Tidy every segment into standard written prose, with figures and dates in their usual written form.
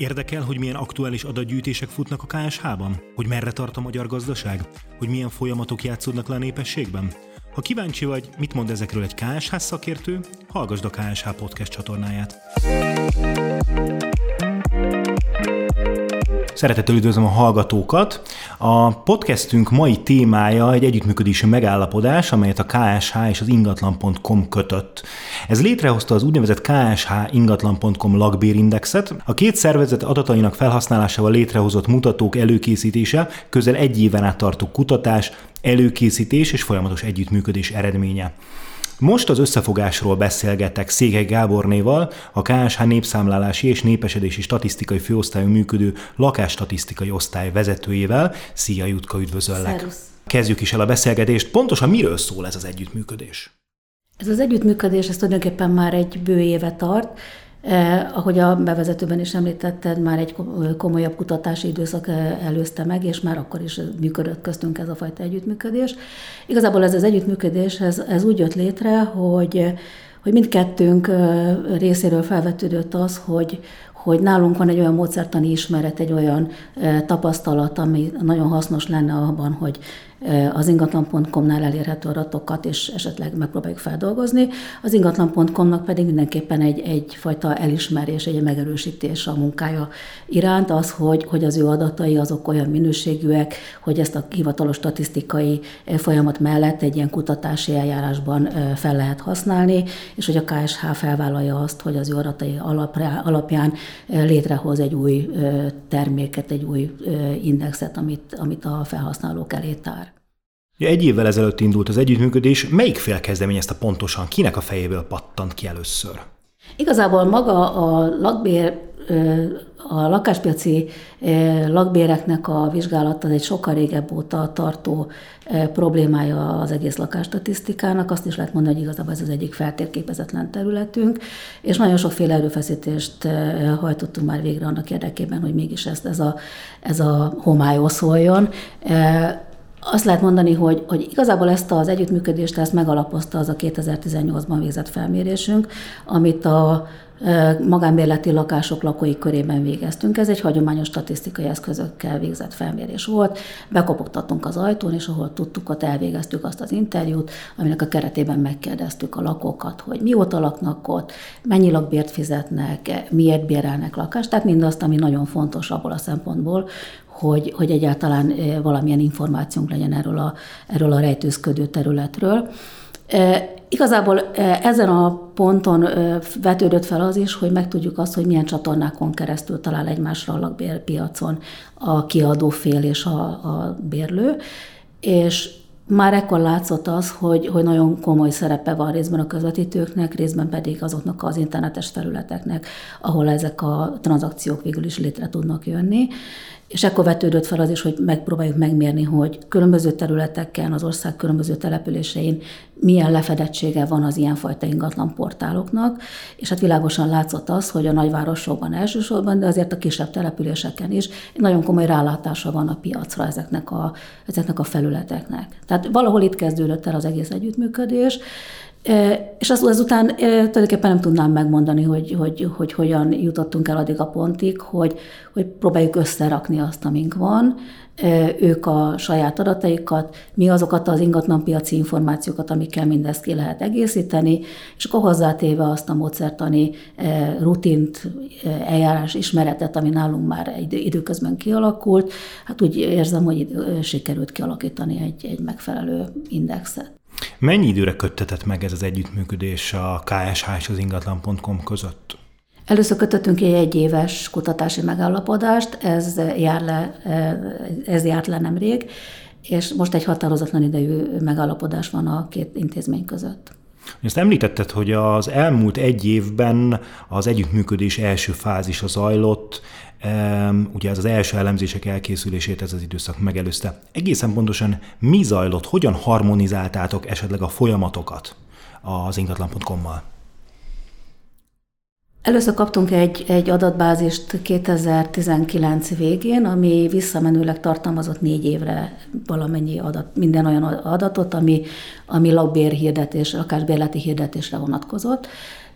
Érdekel, hogy milyen aktuális adatgyűjtések futnak a KSH-ban? Hogy merre tart a magyar gazdaság? Hogy milyen folyamatok játszódnak le a népességben? Ha kíváncsi vagy, mit mond ezekről egy KSH szakértő, hallgasd a KSH Podcast csatornáját. Szeretettel üdvözlöm a hallgatókat! A podcastünk mai témája egy együttműködési megállapodás, amelyet a KSH és az ingatlan.com kötött. Ez létrehozta az úgynevezett KSH ingatlan.com lakbérindexet. A két szervezet adatainak felhasználásával létrehozott mutatók előkészítése közel egy éven át tartó kutatás, előkészítés és folyamatos együttműködés eredménye. Most az összefogásról beszélgetek Székely Gábornéval, a KSH népszámlálási és népesedési statisztikai főosztályon működő lakásstatisztikai osztály vezetőjével. Szia Jutka, üdvözöllek! Szerusz. Kezdjük is el a beszélgetést. Pontosan miről szól ez az együttműködés? Ez az együttműködés, ez tulajdonképpen már egy bő éve tart. Ahogy a bevezetőben is említetted, már egy komolyabb kutatási időszak előzte meg, és már akkor is működött köztünk ez a fajta együttműködés. Igazából ez az együttműködés, ez úgy jött létre, hogy mindkettőnk részéről felvetődött az, hogy nálunk van egy olyan módszertani ismeret, egy olyan tapasztalat, ami nagyon hasznos lenne abban, hogy az ingatlan.com-nál elérhető adatokat is esetleg megpróbáljuk feldolgozni. Az ingatlan.com-nak pedig mindenképpen egyfajta elismerés, egy megerősítés a munkája iránt, az, hogy az ő adatai azok olyan minőségűek, hogy ezt a hivatalos statisztikai folyamat mellett egy ilyen kutatási eljárásban fel lehet használni, és hogy a KSH felvállalja azt, hogy az ő adatai alapján létrehoz egy új terméket, egy új indexet, amit a felhasználók elé tár. Egy évvel ezelőtt indult az együttműködés. Melyik fél kezdeményezte pontosan? Kinek a fejéből pattant ki először? Igazából maga a lakáspiaci lakbéreknek a vizsgálata egy sokkal régebb óta tartó problémája az egész lakásstatisztikának. Azt is lehet mondani, hogy igazából ez az egyik feltérképezetlen területünk, és nagyon sokféle erőfeszítést hajtottunk már végre annak érdekében, hogy mégis ez a homály oszoljon. Azt lehet mondani, hogy igazából ezt az együttműködést ezt megalapozta az a 2018-ban végzett felmérésünk, amit a magánbérleti lakások lakói körében végeztünk. Ez egy hagyományos statisztikai eszközökkel végzett felmérés volt. Bekopogtattunk az ajtón, és ahol tudtuk, ott elvégeztük azt az interjút, aminek a keretében megkérdeztük a lakókat, hogy mióta laknak ott, mennyi lakbért fizetnek, miért bérelnek lakást, tehát mindazt, ami nagyon fontos abból a szempontból, hogy egyáltalán valamilyen információnk legyen erről a rejtőzködő területről. Igazából ezen a ponton vetődött fel az is, hogy megtudjuk azt, hogy milyen csatornákon keresztül talál egymásra a lakbérpiacon a kiadó fél és a bérlő, és már ekkor látszott az, hogy nagyon komoly szerepe van részben a közvetítőknek, részben pedig azoknak az internetes felületeknek, ahol ezek a tranzakciók végül is létre tudnak jönni. És ekkor vetődött fel az is, hogy megpróbáljuk megmérni, hogy különböző területeken, az ország különböző településein milyen lefedettsége van az ilyenfajta ingatlanportáloknak, és hát világosan látszott az, hogy a nagyvárosokban elsősorban, de azért a kisebb településeken is nagyon komoly rálátása van a piacra ezeknek a felületeknek. Tehát valahol itt kezdődött el az egész együttműködés, és azután tulajdonképpen nem tudnám megmondani, hogy hogyan jutottunk el addig a pontig, hogy próbáljuk összerakni azt, amink van, ők a saját adataikat, mi azokat az ingatlanpiaci információkat, amikkel mindezt ki lehet egészíteni, és akkor hozzátéve azt a módszertani rutint, eljárás ismeretet, ami nálunk már időközben kialakult, hát úgy érzem, hogy sikerült kialakítani egy megfelelő indexet. Mennyi időre köttetett meg ez az együttműködés a KSH és az ingatlan.com között? Először kötöttünk egy egyéves kutatási megállapodást, ez járt le nemrég, és most egy határozatlan idejű megállapodás van a két intézmény között. Ezt említetted, hogy az elmúlt egy évben az együttműködés első fázisa zajlott, ugye ez az első elemzések elkészülését ez az időszak megelőzte. Egészen pontosan mi zajlott, hogyan harmonizáltátok esetleg a folyamatokat az ingatlan.com-mal? Először kaptunk egy adatbázist 2019 végén, ami visszamenőleg tartalmazott 4 évre valamennyi minden olyan adatot, ami lakbérhirdetés, lakásbérleti hirdetésre vonatkozott.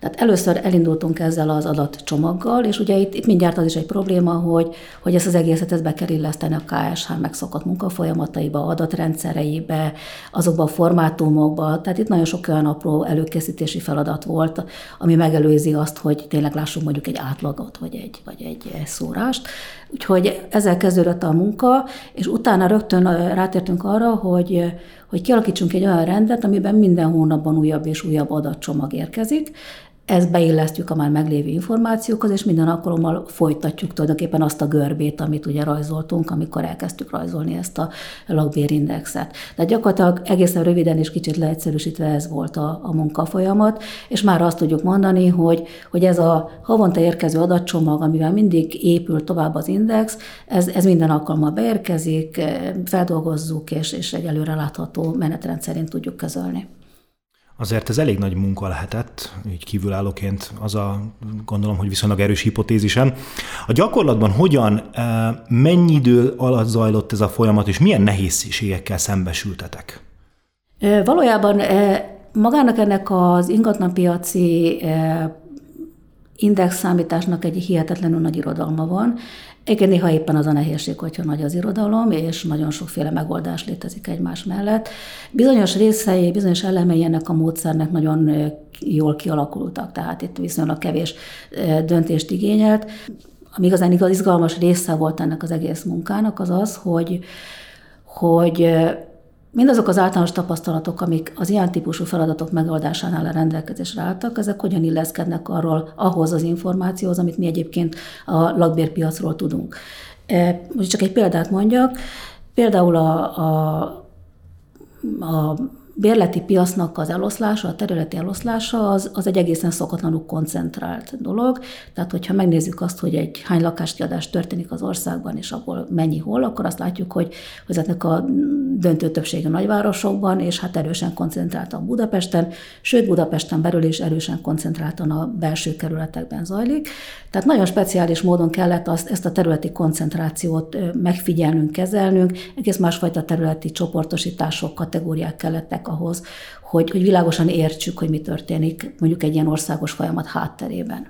Tehát először elindultunk ezzel az adatcsomaggal, és ugye itt mindjárt az is egy probléma, hogy ezt az egészet be kell illeszteni a KSH megszokott munkafolyamataiba, adatrendszereibe, azokba a formátumokba, tehát itt nagyon sok olyan apró előkészítési feladat volt, ami megelőzi azt, hogy tényleg lássunk mondjuk egy átlagot, vagy egy szórást. Úgyhogy ezzel kezdődött a munka, és utána rögtön rátértünk arra, hogy kialakítsunk egy olyan rendet, amiben minden hónapban újabb és újabb adatcsomag érkezik. Ezt beillesztjük a már meglévő információkhoz, és minden alkalommal folytatjuk tulajdonképpen azt a görbét, amit ugye rajzoltunk, amikor elkezdtük rajzolni ezt a lakbérindexet. De gyakorlatilag egészen röviden és kicsit leegyszerűsítve ez volt a munkafolyamat, és már azt tudjuk mondani, hogy ez a havonta érkező adatcsomag, amivel mindig épül tovább az index, ez minden alkalommal beérkezik, feldolgozzuk, és egy előrelátható menetrend szerint tudjuk kezelni. Azért ez elég nagy munka lehetett, így kívülállóként gondolom, hogy viszonylag erős hipotézisem. A gyakorlatban mennyi idő alatt zajlott ez a folyamat, és milyen nehézségekkel szembesültetek? Valójában magának ennek az ingatlanpiaci index számításnak egy hihetetlenül nagy irodalma van. Igen, néha éppen az a nehézség, hogyha nagy az irodalom, és nagyon sokféle megoldás létezik egymás mellett. Bizonyos részei, bizonyos elemei ennek a módszernek nagyon jól kialakultak, tehát itt viszonylag kevés döntést igényelt. Ami igazán izgalmas része volt ennek az egész munkának, az az, hogy mindazok az általános tapasztalatok, amik az ilyen típusú feladatok megoldásánál a rendelkezésre álltak, ezek hogyan illeszkednek ahhoz az információhoz, amit mi egyébként a lakbérpiacról tudunk. Most csak egy példát mondjak. Például a bérleti piacnak az eloszlása, a területi eloszlása az egy egészen szokatlanul koncentrált dolog. Tehát, hogyha megnézzük azt, hogy hány lakáskiadás történik az országban, és abból mennyi hol, akkor azt látjuk, hogy ezeknek a döntő többsége nagyvárosokban, és hát erősen koncentráltan Budapesten, sőt Budapesten belül is erősen koncentráltan a belső kerületekben zajlik. Tehát nagyon speciális módon kellett ezt a területi koncentrációt megfigyelnünk, kezelnünk, egész másfajta területi csoportosítások, kategóriák kellettek ahhoz, hogy világosan értsük, hogy mi történik mondjuk egy ilyen országos folyamat hátterében.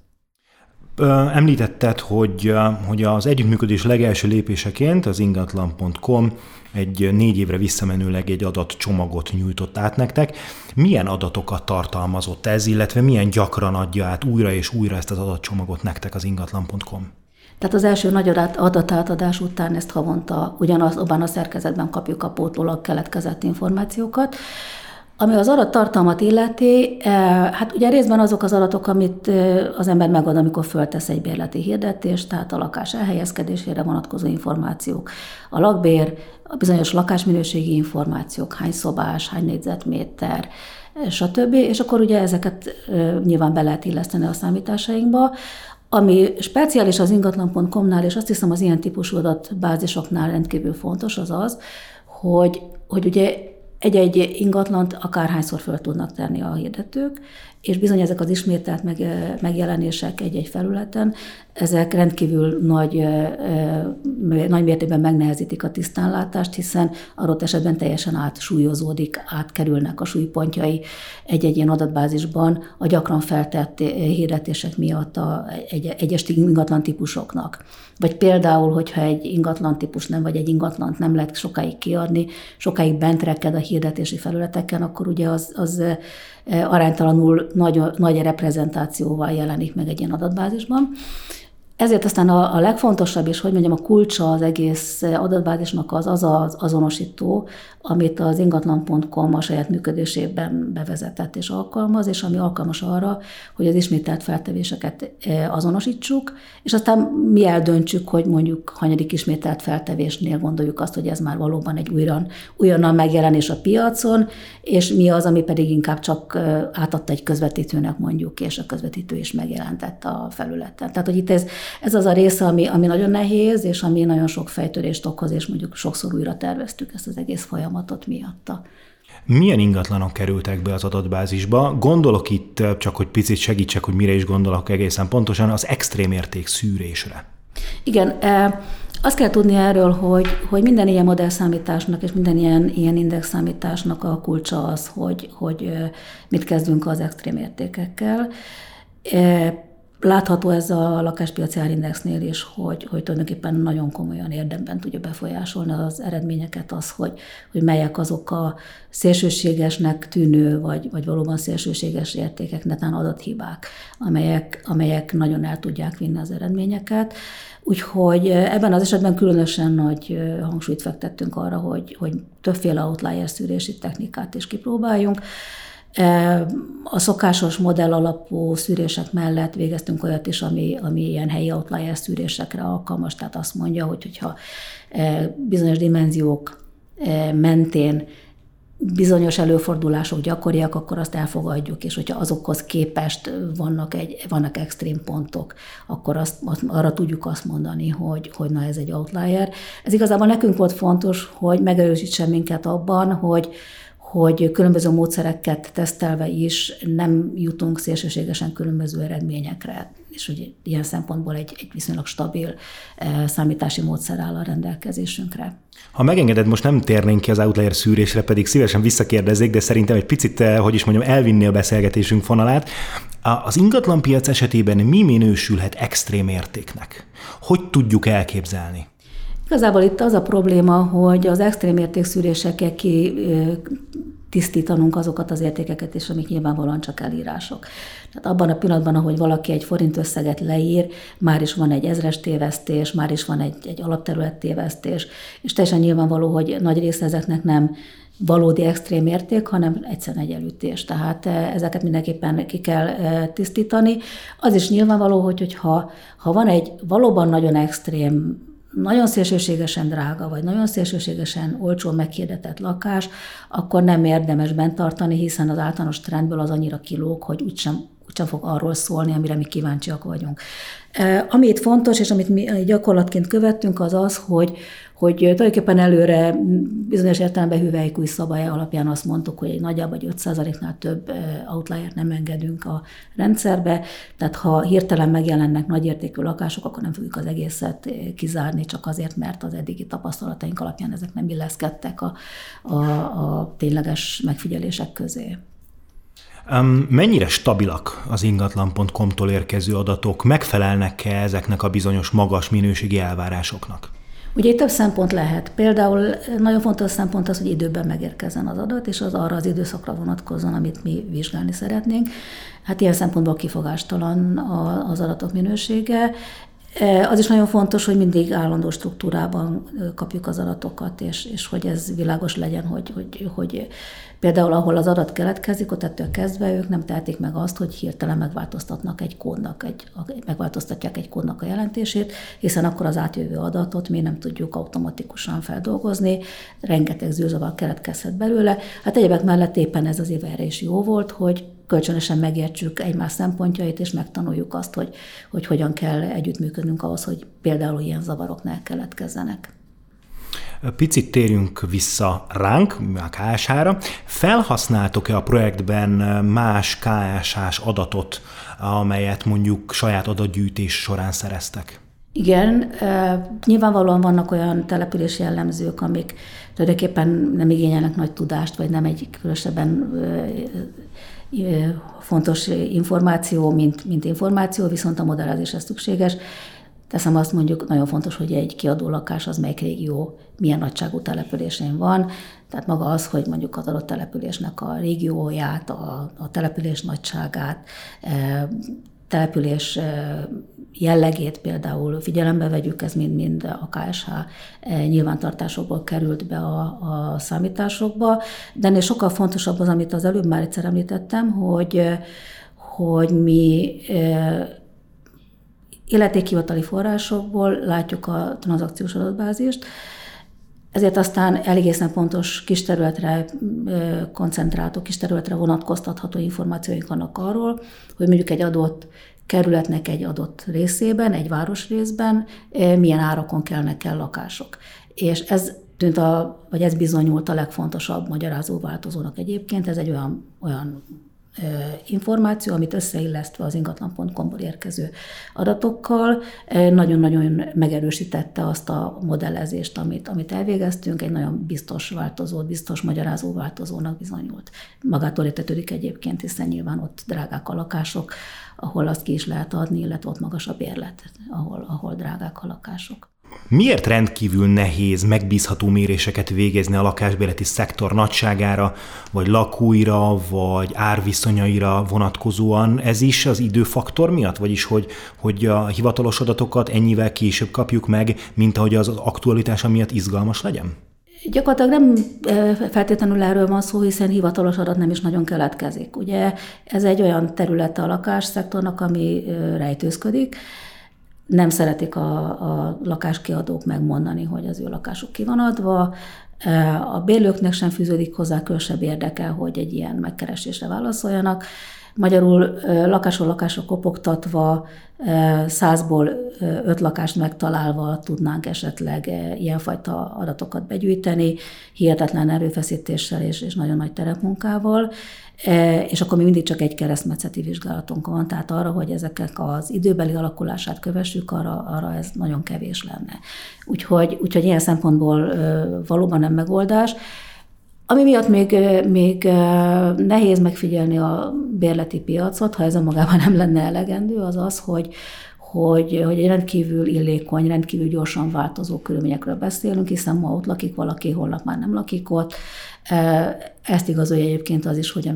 Említetted, hogy az együttműködés legelső lépéseként az ingatlan.com egy 4 évre visszamenőleg egy adatcsomagot nyújtott át nektek. Milyen adatokat tartalmazott ez, illetve milyen gyakran adja át újra és újra ezt az adatcsomagot nektek az ingatlan.com? Tehát az első nagy adatátadás után ezt havonta ugyanabban a szerkezetben kapjuk a pótlólag keletkezett információkat. Ami az adattartalmat illeti, hát ugye részben azok az adatok, amit az ember megad, amikor föltesz egy bérleti hirdetést, tehát a lakás elhelyezkedésére vonatkozó információk, a lakbér, a bizonyos lakásminőségi információk, hány szobás, hány négyzetméter, stb. És akkor ugye ezeket nyilván be lehet illeszteni a számításainkba. Ami speciális az ingatlan.com-nál, és azt hiszem az ilyen típusú adatbázisoknál rendkívül fontos, az, hogy ugye egy-egy ingatlant akárhányszor föl tudnak tenni a hirdetők, és bizony ezek az ismételt megjelenések egy-egy felületen, ezek rendkívül nagy mértékben megnehezítik a tisztánlátást, hiszen adott esetben teljesen átkerülnek a súlypontjai egy-egy ilyen adatbázisban a gyakran feltett hirdetések miatt egyes ingatlan típusoknak. Vagy például, hogyha egy ingatlan típus vagy egy ingatlant nem lehet sokáig kiadni, sokáig bent reked a hirdetési felületeken, akkor ugye az aránytalanul nagy reprezentációval jelenik meg egy ilyen adatbázisban. Ezért aztán a legfontosabb, és hogy mondjam, a kulcsa az egész adatbázisnak az azonosító, amit az ingatlan.com a saját működésében bevezetett és alkalmaz, és ami alkalmas arra, hogy az ismételt feltevéseket azonosítsuk, és aztán mi eldöntsük, hogy mondjuk hanyadik ismételt feltevésnél gondoljuk azt, hogy ez már valóban egy újonnan megjelenés a piacon, és mi az, ami pedig inkább csak átadta egy közvetítőnek mondjuk, és a közvetítő is megjelentett a felületen. Tehát, hogy itt ez az a része, ami nagyon nehéz, és ami nagyon sok fejtörést okoz, és mondjuk sokszor újra terveztük ezt az egész folyamatot miatta. Milyen ingatlanok kerültek be az adatbázisba? Gondolok itt, csak hogy picit segítsek, hogy mire is gondolok egészen pontosan, az extrém érték szűrésre. Igen, Azt kell tudni erről, hogy minden ilyen modellszámításnak és minden ilyen indexszámításnak a kulcsa az, hogy mit kezdünk az extrém értékekkel. Látható ez a lakáspiaci árindexnél is, hogy tulajdonképpen nagyon komolyan érdemben tudja befolyásolni az eredményeket az, hogy melyek azok a szélsőségesnek tűnő, vagy valóban szélsőséges értékek, netán adathibák, amelyek nagyon el tudják vinni az eredményeket. Úgyhogy ebben az esetben különösen nagy hangsúlyt fektettünk arra, hogy többféle outlier szűrési technikát is kipróbáljunk. A szokásos modell alapú szűrések mellett végeztünk olyat is, ami ilyen helyi outlier szűrésekre alkalmas, tehát azt mondja, hogyha bizonyos dimenziók mentén bizonyos előfordulások gyakoriak, akkor azt elfogadjuk, és hogyha azokhoz képest vannak extrém pontok, akkor arra tudjuk azt mondani, hogy na ez egy outlier. Ez igazából nekünk volt fontos, hogy megerősítsen minket abban, hogy különböző módszereket tesztelve is nem jutunk szélsőségesen különböző eredményekre, és hogy ilyen szempontból egy viszonylag stabil számítási módszer áll a rendelkezésünkre. Ha megengeded, most nem térnénk ki az outlier szűrésre, pedig szívesen visszakérdezzék, de szerintem egy picit, elvinni a beszélgetésünk fonalát. Az ingatlanpiac esetében mi minősülhet extrém értéknek? Hogy tudjuk elképzelni? Igazából itt az a probléma, hogy az extrém értékszűrésekkel tisztítanunk azokat az értékeket is, amik nyilvánvalóan csak elírások. Tehát abban a pillanatban, ahogy valaki egy forint összeget leír, már is van egy ezres tévesztés, már is van egy alapterület tévesztés, és teljesen nyilvánvaló, hogy nagy része ezeknek nem valódi extrém érték, hanem egyszerűen egy elütés. Tehát ezeket mindenképpen ki kell tisztítani. Az is nyilvánvaló, hogyha van egy valóban nagyon extrém, nagyon szélsőségesen drága, vagy nagyon szélsőségesen olcsó meghirdetett lakás, akkor nem érdemes bent tartani, hiszen az általános trendből az annyira kilóg, hogy úgysem fog arról szólni, amire mi kíváncsiak vagyunk. Ami itt fontos, és amit mi gyakorlatként követtünk, az az, hogy tulajdonképpen előre bizonyos értelemben hüvelykúj szabály alapján azt mondtuk, hogy egy nagyjából 5%-nál több outliert nem engedünk a rendszerbe, tehát ha hirtelen megjelennek nagyértékű lakások, akkor nem fogjuk az egészet kizárni, csak azért, mert az eddigi tapasztalataink alapján ezek nem illeszkedtek a tényleges megfigyelések közé. Mennyire stabilak az ingatlan.com-tól érkező adatok? Megfelelnek-e ezeknek a bizonyos magas minőségi elvárásoknak? Ugye itt több szempont lehet. Például nagyon fontos szempont az, hogy időben megérkezzen az adat, és az arra az időszakra vonatkozzon, amit mi vizsgálni szeretnénk. Hát ilyen szempontból kifogástalan az adatok minősége. Az is nagyon fontos, hogy mindig állandó struktúrában kapjuk az adatokat, és hogy ez világos legyen, hogy például ahol az adat keletkezik, ott ettől kezdve ők nem tehetik meg azt, hogy hirtelen megváltoztatják egy kódnak a jelentését, hiszen akkor az átjövő adatot mi nem tudjuk automatikusan feldolgozni, rengeteg zűrzavar keletkezhet belőle. Hát egyebek mellett éppen ez az év erre is jó volt, hogy kölcsönösen megértsük egymás szempontjait, és megtanuljuk azt, hogy hogyan kell együttműködnünk ahhoz, hogy például ilyen zavarok ne keletkezzenek. Picit térjünk vissza ránk, a KSH-ra. Felhasználtok-e a projektben más KSH-s adatot, amelyet mondjuk saját adatgyűjtés során szereztek? Igen, nyilvánvalóan vannak olyan települési jellemzők, amik tulajdonképpen nem igényelnek nagy tudást, vagy nem egy különösebben fontos információ, mint információ, viszont a modellezéshez szükséges. Teszem azt, mondjuk nagyon fontos, hogy egy kiadó lakás az melyik régió milyen nagyságú településén van. Tehát maga az, hogy mondjuk az adott településnek a régióját, a település nagyságát, település jellegét például figyelembe vegyük, ez mind a KSH nyilvántartásokból került be a számításokba. De ennél sokkal fontosabb az, amit az előbb már egyszer említettem, hogy mi illetékhivatali forrásokból látjuk a tranzakciós adatbázist, ezért aztán egészen pontos kis területre koncentráltó, kis területre vonatkoztatható információink vannak arról, hogy mondjuk egy adott kerületnek egy adott részében, egy városrészben milyen árakon kelnek el lakások. És ez ez bizonyult a legfontosabb magyarázó változónak egyébként. Ez egy olyan információ, amit összeillesztve az ingatlan.com-ból érkező adatokkal nagyon-nagyon megerősítette azt a modellezést, amit elvégeztünk, egy nagyon biztos változót, biztos magyarázó változónak bizonyult. Magától értetődik egyébként, hiszen nyilván ott drágák a lakások, ahol azt ki is lehet adni, illetve ott magas a bérlet, ahol drágák a lakások. Miért rendkívül nehéz megbízható méréseket végezni a lakásbérleti szektor nagyságára, vagy lakóira, vagy árviszonyaira vonatkozóan? Ez is az időfaktor miatt? Vagyis, hogy a hivatalos adatokat ennyivel később kapjuk meg, mint ahogy az aktualitása miatt izgalmas legyen? Gyakorlatilag nem feltétlenül erről van szó, hiszen hivatalos adat nem is nagyon keletkezik. Ugye ez egy olyan területe a lakásszektornak, ami rejtőzködik. Nem szeretik a lakáskiadók megmondani, hogy az ő lakásuk ki van adva. A bérlőknek sem fűződik hozzá különösebb érdeke, hogy egy ilyen megkeresésre válaszoljanak. Magyarul lakásról lakásra kopogtatva, 100-ból 5 lakást megtalálva tudnánk esetleg ilyenfajta adatokat begyűjteni, hihetetlen erőfeszítéssel és nagyon nagy terepmunkával, és akkor mi mindig csak egy keresztmetszeti vizsgálatunk van, tehát arra, hogy ezeknek az időbeli alakulását kövessük, arra ez nagyon kevés lenne. Úgyhogy ilyen szempontból valóban nem megoldás. Ami miatt még nehéz megfigyelni a bérleti piacot, ha ez önmagában nem lenne elegendő, az az, hogy egy rendkívül illékony, rendkívül gyorsan változó körülményekről beszélünk, hiszen ma ott lakik valaki, holnap már nem lakik ott. Ezt igazolja egyébként az is, hogy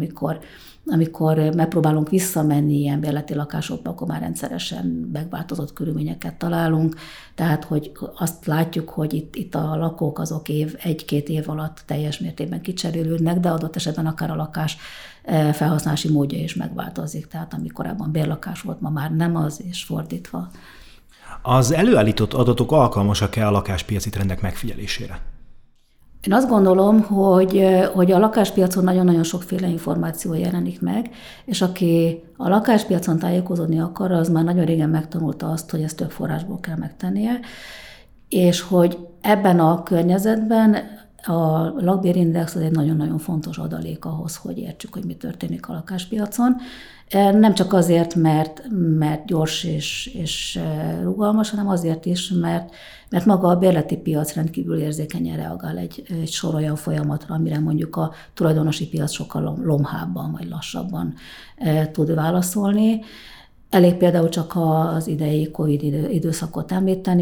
amikor megpróbálunk visszamenni ilyen bérleti lakásokba, akkor már rendszeresen megváltozott körülményeket találunk. Tehát, hogy azt látjuk, hogy itt a lakók azok 1-2 év alatt teljes mértékben kicserélődnek, de adott esetben akár a lakás felhasználási módja is megváltozik. Tehát, ami korábban bérlakás volt, ma már nem az, és fordítva. Az előállított adatok alkalmasak-e a lakáspiaci trendek megfigyelésére? Én azt gondolom, hogy a lakáspiacon nagyon-nagyon sokféle információ jelenik meg, és aki a lakáspiacon tájékozódni akar, az már nagyon régen megtanulta azt, hogy ezt több forrásból kell megtennie, és hogy ebben a környezetben a lakbérindex az egy nagyon-nagyon fontos adalék ahhoz, hogy értsük, hogy mi történik a lakáspiacon. Nem csak azért, mert gyors és rugalmas, hanem azért is, mert maga a bérleti piac rendkívül érzékenyen reagál egy sor olyan folyamatra, amire mondjuk a tulajdonosi piac sokkal lomhábban vagy lassabban tud válaszolni. Elég például csak az idei Covid időszakot említeni,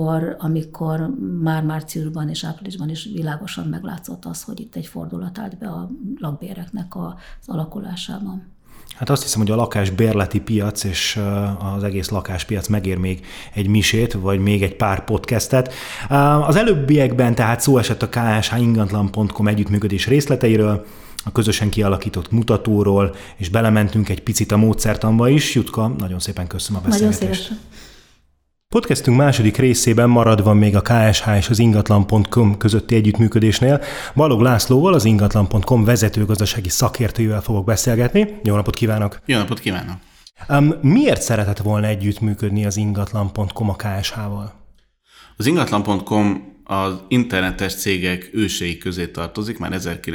amikor már márciusban és áprilisban is világosan meglátszott az, hogy itt egy fordulat állt be a lakbéreknek az alakulásában. Hát azt hiszem, hogy a lakásbérleti piac és az egész lakáspiac megér még egy misét, vagy még egy pár podcastet. Az előbbiekben tehát szó esett a ksh-ingatlan.com együttműködés részleteiről, a közösen kialakított mutatóról, és belementünk egy picit a módszertanba is. Jutka, nagyon szépen köszönöm a beszélgetést. Nagyon szívesen. Podcastünk második részében maradva még a KSH és az ingatlan.com közötti együttműködésnél Balog Lászlóval, az ingatlan.com vezetőgazdasági szakértőjével fogok beszélgetni. Jó napot kívánok! Jó napot kívánok! Miért szeretett volna együttműködni az ingatlan.com a KSH-val? Az ingatlan.com az internetes cégek ősei közé tartozik, már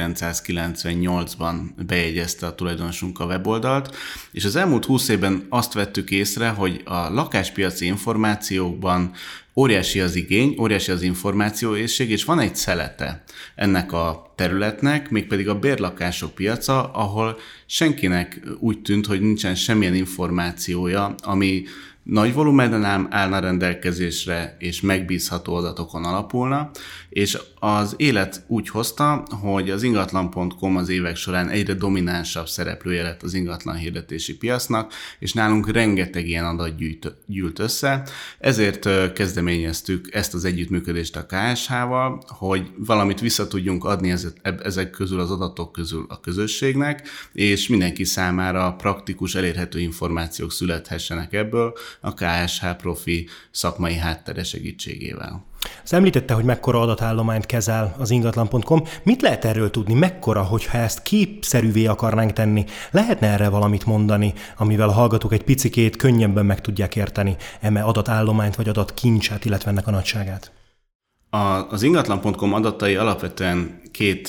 1998-ban bejegyezte a tulajdonosunk a weboldalt, és az elmúlt 20 évben azt vettük észre, hogy a lakáspiaci információkban óriási az igény, óriási az információéhség, és van egy szelete ennek a területnek, mégpedig a bérlakások piaca, ahol senkinek úgy tűnt, hogy nincsen semmilyen információja, ami nagy volumenen állna rendelkezésre, és megbízható adatokon alapulna, és az élet úgy hozta, hogy az ingatlan.com az évek során egyre dominánsabb szereplője lett az ingatlan hirdetési piacnak, és nálunk rengeteg ilyen adat gyűlt össze. Ezért kezdeményeztük ezt az együttműködést a KSH-val, hogy valamit vissza tudjunk adni ezek közül az adatok közül a közösségnek, és mindenki számára praktikus, elérhető információk születhessenek ebből a KSH profi szakmai háttere segítségével. Azt említette, hogy mekkora adatállományt kezel az ingatlan.com. Mit lehet erről tudni? Mekkora, hogyha ezt képszerűvé akarnánk tenni? Lehetne erre valamit mondani, amivel a hallgatók egy picikét könnyebben meg tudják érteni eme adatállományt vagy adatkincset, illetve ennek a nagyságát? Az ingatlan.com adatai alapvetően két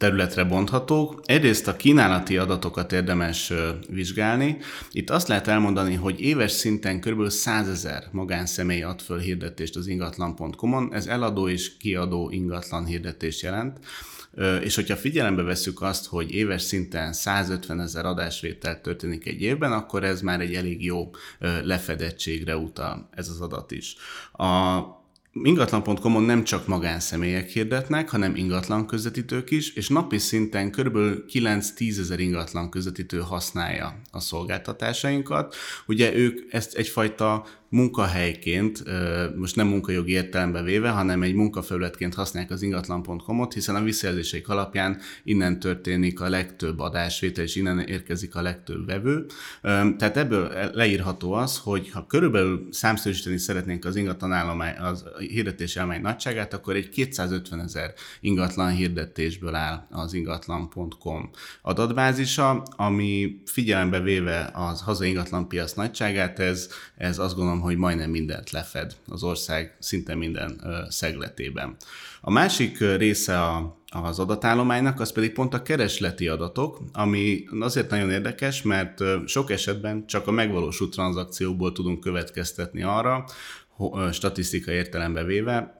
területre bonthatók. Egyrészt a kínálati adatokat érdemes vizsgálni. Itt azt lehet elmondani, hogy éves szinten kb. 100 000 magánszemély ad föl hirdetést az ingatlan.com-on. Ez eladó és kiadó ingatlan hirdetést jelent. És hogyha figyelembe vesszük azt, hogy éves szinten 150 000 adásvétel történik egy évben, akkor ez már egy elég jó lefedettségre utal ez az adat is. A ingatlan.com-on nem csak magánszemélyek hirdetnek, hanem ingatlan közvetítők is, és napi szinten kb. 9-10 000 ingatlan közvetítő használja a szolgáltatásainkat. Ugye ők ezt egyfajta munkahelyként, most nem munkajogi értelembe véve, hanem egy munkafelületként használják az ingatlan.com-ot, hiszen a visszajelzéseik alapján innen történik a legtöbb adásvétel, és innen érkezik a legtöbb vevő. Tehát ebből leírható az, hogy ha körülbelül számszerűsíteni szeretnénk az ingatlanállomány, az hirdetési állomány nagyságát, akkor egy 250 000 ingatlan hirdetésből áll az ingatlan.com adatbázisa, ami figyelembe véve az hazai ingatlanpiac nagyságát, ez azt gondolom, hogy majdnem mindent lefed az ország szinte minden szegletében. A másik része az adatállománynak, az pedig pont a keresleti adatok, ami azért nagyon érdekes, mert sok esetben csak a megvalósult tranzakciókból tudunk következtetni arra, statisztikai értelembe véve,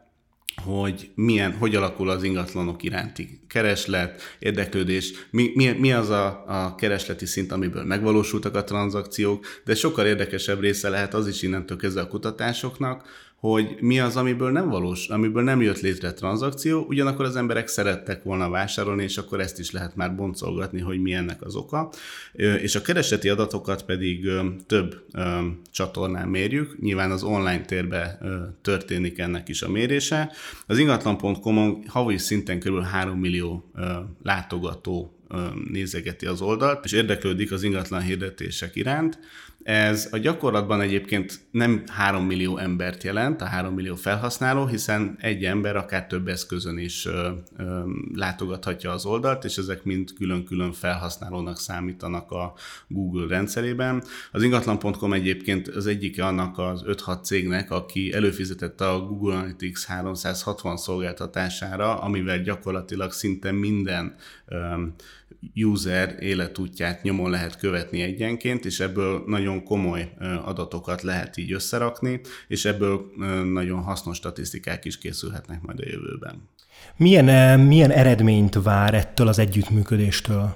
hogy alakul az ingatlanok iránti kereslet, érdeklődés, mi az a keresleti szint, amiből megvalósultak a tranzakciók, de sokkal érdekesebb része lehet az is innentől kezdve a kutatásoknak, hogy mi az, amiből nem jött létre tranzakció, ugyanakkor az emberek szerettek volna vásárolni, és akkor ezt is lehet már boncolgatni, hogy mi ennek az oka. És a keresleti adatokat pedig több csatornán mérjük, nyilván az online térben történik ennek is a mérése. Az ingatlan.com-on havi szinten kb. 3 millió látogató nézegeti az oldalt, és érdeklődik az ingatlan hirdetések iránt. Ez a gyakorlatban egyébként nem 3 millió embert jelent, a 3 millió felhasználó, hiszen egy ember akár több eszközön is látogathatja az oldalt, és ezek mind külön-külön felhasználónak számítanak a Google rendszerében. Az ingatlan.com egyébként az egyike annak az 5-6 cégnek, aki előfizetett a Google Analytics 360 szolgáltatására, amivel gyakorlatilag szinte minden user életútját nyomon lehet követni egyenként, és ebből nagyon komoly adatokat lehet így összerakni, és ebből nagyon hasznos statisztikák is készülhetnek majd a jövőben. Milyen eredményt vár ettől az együttműködéstől?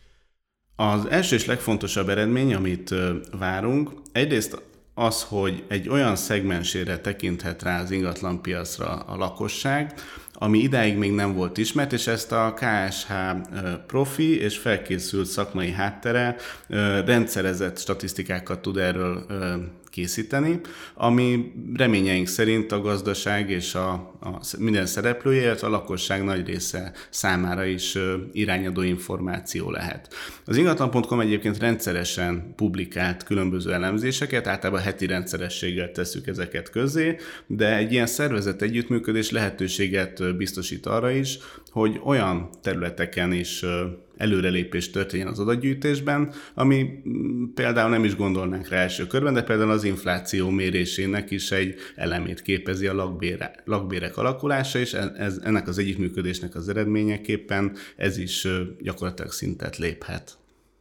Az első és legfontosabb eredmény, amit várunk, egyrészt az, hogy egy olyan szegmensére tekinthet rá az ingatlanpiacra a lakosság, ami idáig még nem volt ismert, és ezt a KSH profi és felkészült szakmai háttere rendszerezett statisztikákat tud erről készíteni, ami reményeink szerint a gazdaság és a minden szereplője, illetve a lakosság nagy része számára is irányadó információ lehet. Az ingatlan.com egyébként rendszeresen publikált különböző elemzéseket, általában heti rendszerességgel tesszük ezeket közzé, de egy ilyen szervezett együttműködés lehetőséget biztosít arra is, hogy olyan területeken is előrelépés történjen az adatgyűjtésben, ami például nem is gondolnánk rá első körben, de például az infláció mérésének is egy elemét képezi a lakbérek alakulása, és ennek az együttműködésnek az eredményeképpen ez is gyakorlatilag szintet léphet.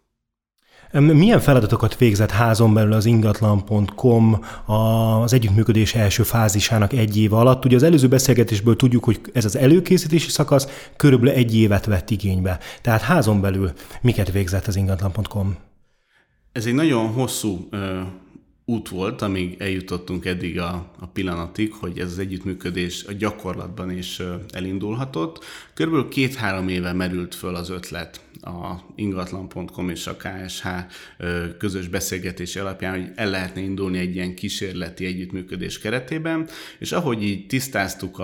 Milyen feladatokat végzett házon belül az ingatlan.com az együttműködés első fázisának egy év alatt? Ugye az előző beszélgetésből tudjuk, hogy ez az előkészítési szakasz körülbelül egy évet vett igénybe. Tehát házon belül miket végzett az ingatlan.com? Ez egy nagyon hosszú út volt, amíg eljutottunk eddig a pillanatig, hogy ez az együttműködés a gyakorlatban is elindulhatott. Körülbelül 2-3 éve merült föl az ötlet a ingatlan.com és a KSH közös beszélgetési alapján, hogy el lehetne indulni egy ilyen kísérleti együttműködés keretében, és ahogy így tisztáztuk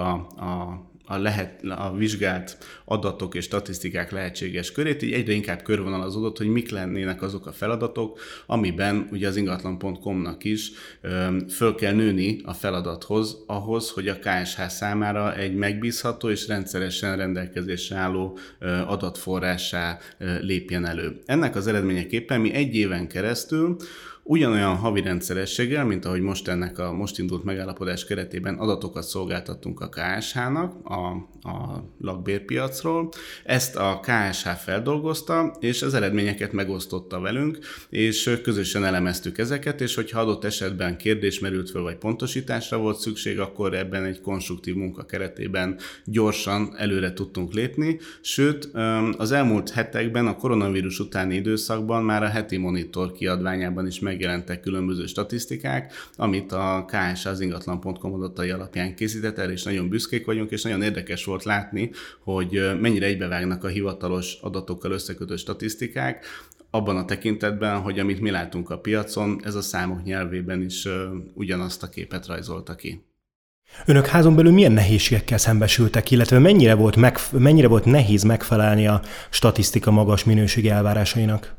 a vizsgált adatok és statisztikák lehetséges körét, így egyre inkább körvonalazódott, hogy mik lennének azok a feladatok, amiben ugye az ingatlan.com-nak is föl kell nőni a feladathoz, ahhoz, hogy a KSH számára egy megbízható és rendszeresen rendelkezésre álló adatforrássá lépjen elő. Ennek az eredményeképpen mi egy éven keresztül ugyanolyan havi rendszerességgel, mint ahogy most ennek a most indult megállapodás keretében adatokat szolgáltattunk a KSH-nak a lakbérpiacról. Ezt a KSH feldolgozta, és az eredményeket megosztotta velünk, és közösen elemeztük ezeket, és hogyha adott esetben kérdés merült föl, vagy pontosításra volt szükség, akkor ebben egy konstruktív munka keretében gyorsan előre tudtunk lépni. Sőt, az elmúlt hetekben a koronavírus utáni időszakban már a heti monitor kiadványában is megjelentek különböző statisztikák, amit a KSH az ingatlan.com adatai alapján készített el, és nagyon büszkék vagyunk, és nagyon érdekes volt látni, hogy mennyire egybevágnak a hivatalos adatokkal összekötött statisztikák, abban a tekintetben, hogy amit mi látunk a piacon, ez a számok nyelvében is ugyanazt a képet rajzolta ki. Önök házon belül milyen nehézségekkel szembesültek, illetve mennyire volt nehéz megfelelni a statisztika magas minőségi elvárásainak?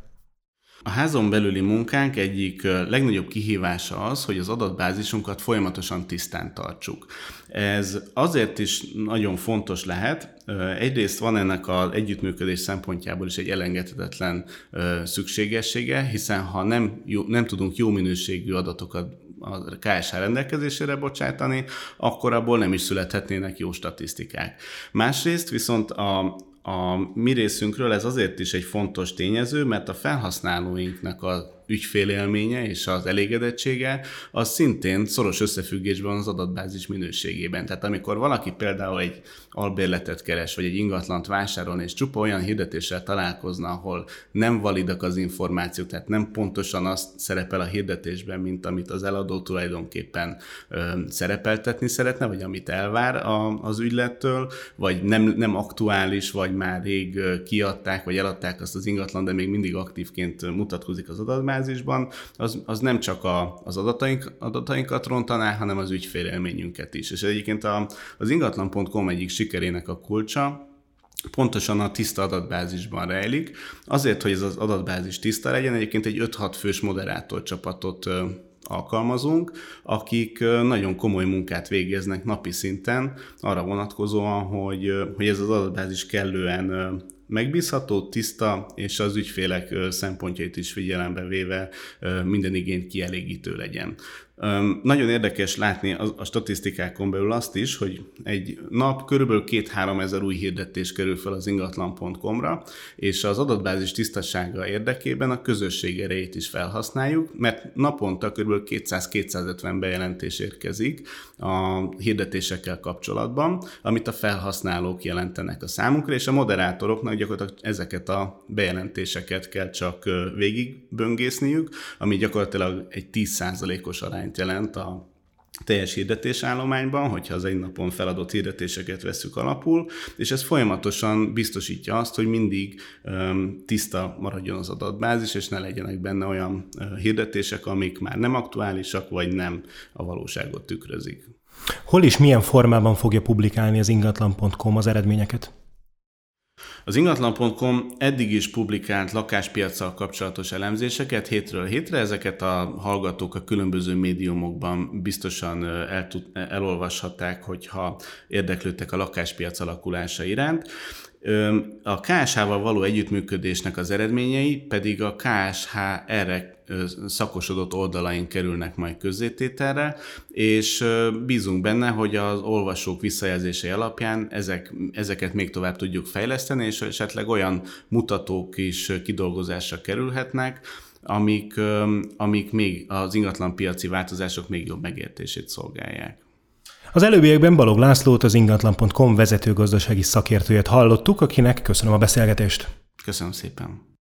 A házon belüli munkánk egyik legnagyobb kihívása az, hogy az adatbázisunkat folyamatosan tisztán tartsuk. Ez azért is nagyon fontos lehet. Egyrészt van ennek az együttműködés szempontjából is egy elengedhetetlen szükségessége, hiszen ha nem tudunk jó minőségű adatokat a KSH rendelkezésére bocsátani, akkor abból nem is születhetnének jó statisztikák. Másrészt viszont a mi részünkről ez azért is egy fontos tényező, mert a felhasználóinknak az ügyfélélménye és az elégedettsége az szintén szoros összefüggésben az adatbázis minőségében. Tehát amikor valaki például egy albérletet keres, vagy egy ingatlant vásárol, és csupa olyan hirdetéssel találkozna, ahol nem validak az információk, tehát nem pontosan azt szerepel a hirdetésben, mint amit az eladó tulajdonképpen szerepeltetni szeretne, vagy amit elvár az ügylettől, vagy nem aktuális, vagy már rég kiadták, vagy eladták azt az ingatlan, de még mindig aktívként mutatkozik az adatbázisban, az nem csak az adatainkat rontaná, hanem az ügyfélélményünket is. És egyébként az ingatlan.com egyik sikerének a kulcsa pontosan a tiszta adatbázisban rejlik. Azért, hogy ez az adatbázis tiszta legyen, egyébként egy 5-6 fős moderátorcsapatot alkalmazunk, akik nagyon komoly munkát végeznek napi szinten arra vonatkozóan, hogy ez az adatbázis kellően megbízható, tiszta, és az ügyfélek szempontjait is figyelembe véve minden igényt kielégítő legyen. Nagyon érdekes látni a statisztikákon belül azt is, hogy egy nap körülbelül 2-3 ezer új hirdetés kerül fel az ingatlan.com-ra, és az adatbázis tisztasága érdekében a közösség erejét is felhasználjuk, mert naponta körülbelül 200-250 bejelentés érkezik a hirdetésekkel kapcsolatban, amit a felhasználók jelentenek a számunkra, és a moderátoroknak gyakorlatilag ezeket a bejelentéseket kell csak végigböngészniük, ami gyakorlatilag egy 10%-os arányt jelent a teljes hirdetésállományban, hogyha az egy napon feladott hirdetéseket vesszük alapul, és ez folyamatosan biztosítja azt, hogy mindig tiszta maradjon az adatbázis, és ne legyenek benne olyan hirdetések, amik már nem aktuálisak, vagy nem a valóságot tükrözik. Hol és milyen formában fogja publikálni az ingatlan.com az eredményeket? Az ingatlan.com eddig is publikált lakáspiaccal kapcsolatos elemzéseket hétről hétre, ezeket a hallgatók a különböző médiumokban biztosan elolvashatták, hogyha érdeklődtek a lakáspiac alakulása iránt. A KSH-val való együttműködésnek az eredményei pedig a KSH erre szakosodott oldalain kerülnek majd közzétételre, és bízunk benne, hogy az olvasók visszajelzései alapján ezeket még tovább tudjuk fejleszteni, és esetleg olyan mutatók is kidolgozásra kerülhetnek, amik még az ingatlanpiaci változások még jobb megértését szolgálják. Az előbbiekben Balog Lászlót, az ingatlan.com vezető gazdasági szakértőjét hallottuk, akinek köszönöm a beszélgetést. Köszönöm szépen.